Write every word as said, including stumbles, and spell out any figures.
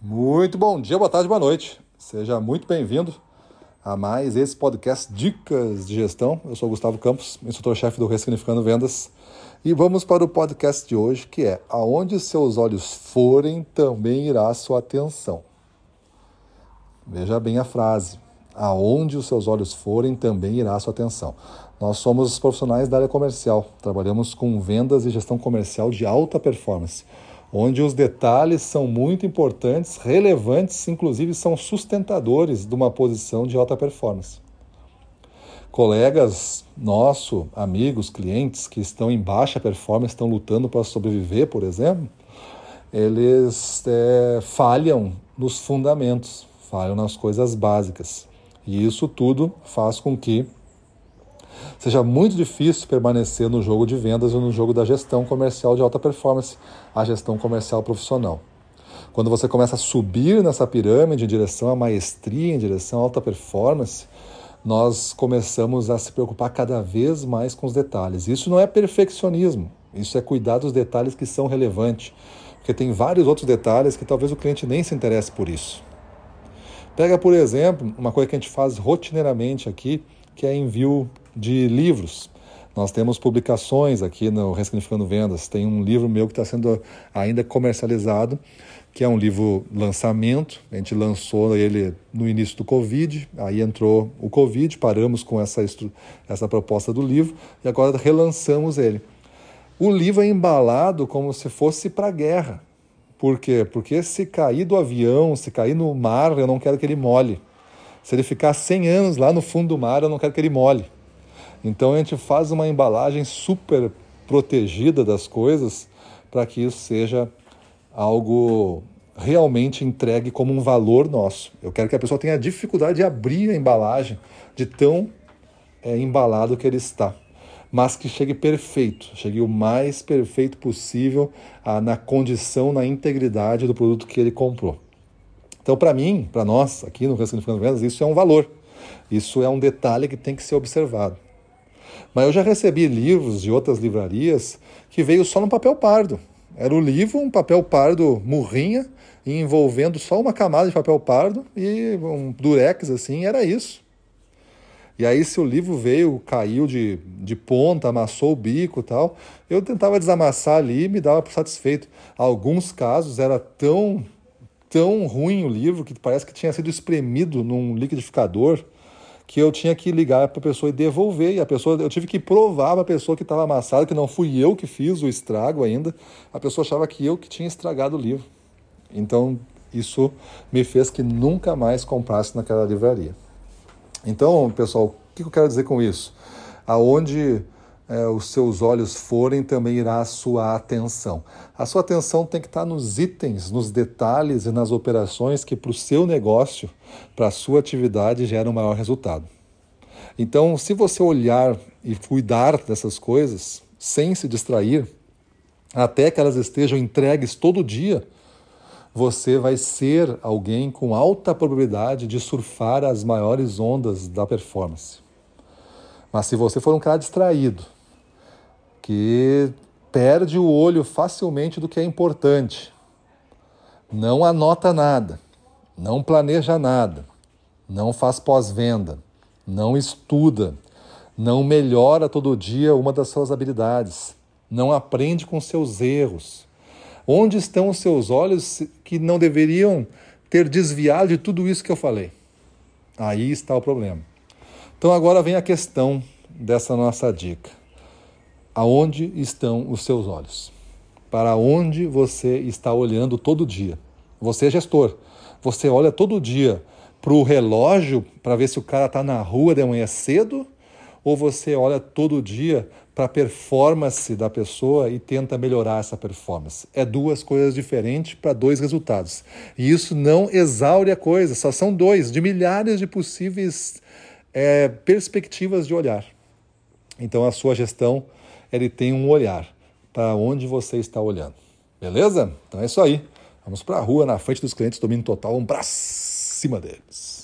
Muito bom dia, boa tarde, boa noite. Seja muito bem-vindo a mais esse podcast Dicas de Gestão. Eu sou Gustavo Campos, instrutor-chefe do Ressignificando Vendas. E vamos para o podcast de hoje, que é Aonde seus olhos forem, também irá a sua atenção. Veja bem a frase. Aonde os seus olhos forem, também irá a sua atenção. Nós somos profissionais da área comercial. Trabalhamos com vendas e gestão comercial de alta performance, onde os detalhes são muito importantes, relevantes, inclusive são sustentadores de uma posição de alta performance. Colegas nossos, amigos, clientes que estão em baixa performance, estão lutando para sobreviver, por exemplo, eles é, falham nos fundamentos, falham nas coisas básicas. E isso tudo faz com que seja muito difícil permanecer no jogo de vendas e no jogo da gestão comercial de alta performance, a gestão comercial profissional. Quando você começa a subir nessa pirâmide em direção à maestria, em direção à alta performance, nós começamos a se preocupar cada vez mais com os detalhes. Isso não é perfeccionismo, isso é cuidar dos detalhes que são relevantes, porque tem vários outros detalhes que talvez o cliente nem se interesse por isso. Pega, por exemplo, uma coisa que a gente faz rotineiramente aqui, que é envio de livros. Nós temos publicações aqui no Ressignificando Vendas. Tem um livro meu que está sendo ainda comercializado, que é um livro lançamento. A gente lançou ele no início do Covid, aí entrou o Covid, paramos com essa, essa proposta do livro e agora relançamos ele. O livro é embalado como se fosse para a guerra. Por quê? Porque se cair do avião, se cair no mar, eu não quero que ele molhe. Se ele ficar cem anos lá no fundo do mar, eu não quero que ele molhe. Então a gente faz uma embalagem super protegida das coisas para que isso seja algo realmente entregue como um valor nosso. Eu quero que a pessoa tenha dificuldade de abrir a embalagem, de tão é, embalado que ele está. Mas que chegue perfeito, chegue o mais perfeito possível ah, na condição, na integridade do produto que ele comprou. Então, para mim, para nós, aqui no Ressignificando Vendas, isso é um valor. Isso é um detalhe que tem que ser observado. Mas eu já recebi livros de outras livrarias que veio só no papel pardo. Era o livro, um papel pardo murrinha, envolvendo só uma camada de papel pardo e um durex, assim, era isso. E aí, se o livro veio, caiu de, de ponta, amassou o bico e tal, eu tentava desamassar ali e me dava por satisfeito. Alguns casos era tão, tão ruim o livro que parece que tinha sido espremido num liquidificador, que eu tinha que ligar para a pessoa e devolver. E a pessoa, eu tive que provar para a pessoa que estava amassado, que não fui eu que fiz o estrago ainda. A pessoa achava que eu que tinha estragado o livro. Então, isso me fez que nunca mais comprasse naquela livraria. Então, pessoal, o que eu quero dizer com isso? Aonde é, os seus olhos forem, também irá a sua atenção. A sua atenção tem que estar nos itens, nos detalhes e nas operações que para o seu negócio, para a sua atividade, geram o maior resultado. Então, se você olhar e cuidar dessas coisas, sem se distrair, até que elas estejam entregues todo dia, você vai ser alguém com alta probabilidade de surfar as maiores ondas da performance. Mas se você for um cara distraído, que perde o olho facilmente do que é importante, não anota nada, não planeja nada, não faz pós-venda, não estuda, não melhora todo dia uma das suas habilidades, não aprende com seus erros, onde estão os seus olhos que não deveriam ter desviado de tudo isso que eu falei? Aí está o problema. Então agora vem a questão dessa nossa dica. Aonde estão os seus olhos? Para onde você está olhando todo dia? Você é gestor. Você olha todo dia para o relógio para ver se o cara está na rua de manhã cedo? Ou você olha todo dia para a performance da pessoa e tenta melhorar essa performance? É duas coisas diferentes para dois resultados. E isso não exaure a coisa, só são dois, de milhares de possíveis é, perspectivas de olhar. Então a sua gestão, ele tem um olhar para onde você está olhando. Beleza? Então é isso aí. Vamos para a rua, na frente dos clientes, domínio total, vamos para cima deles.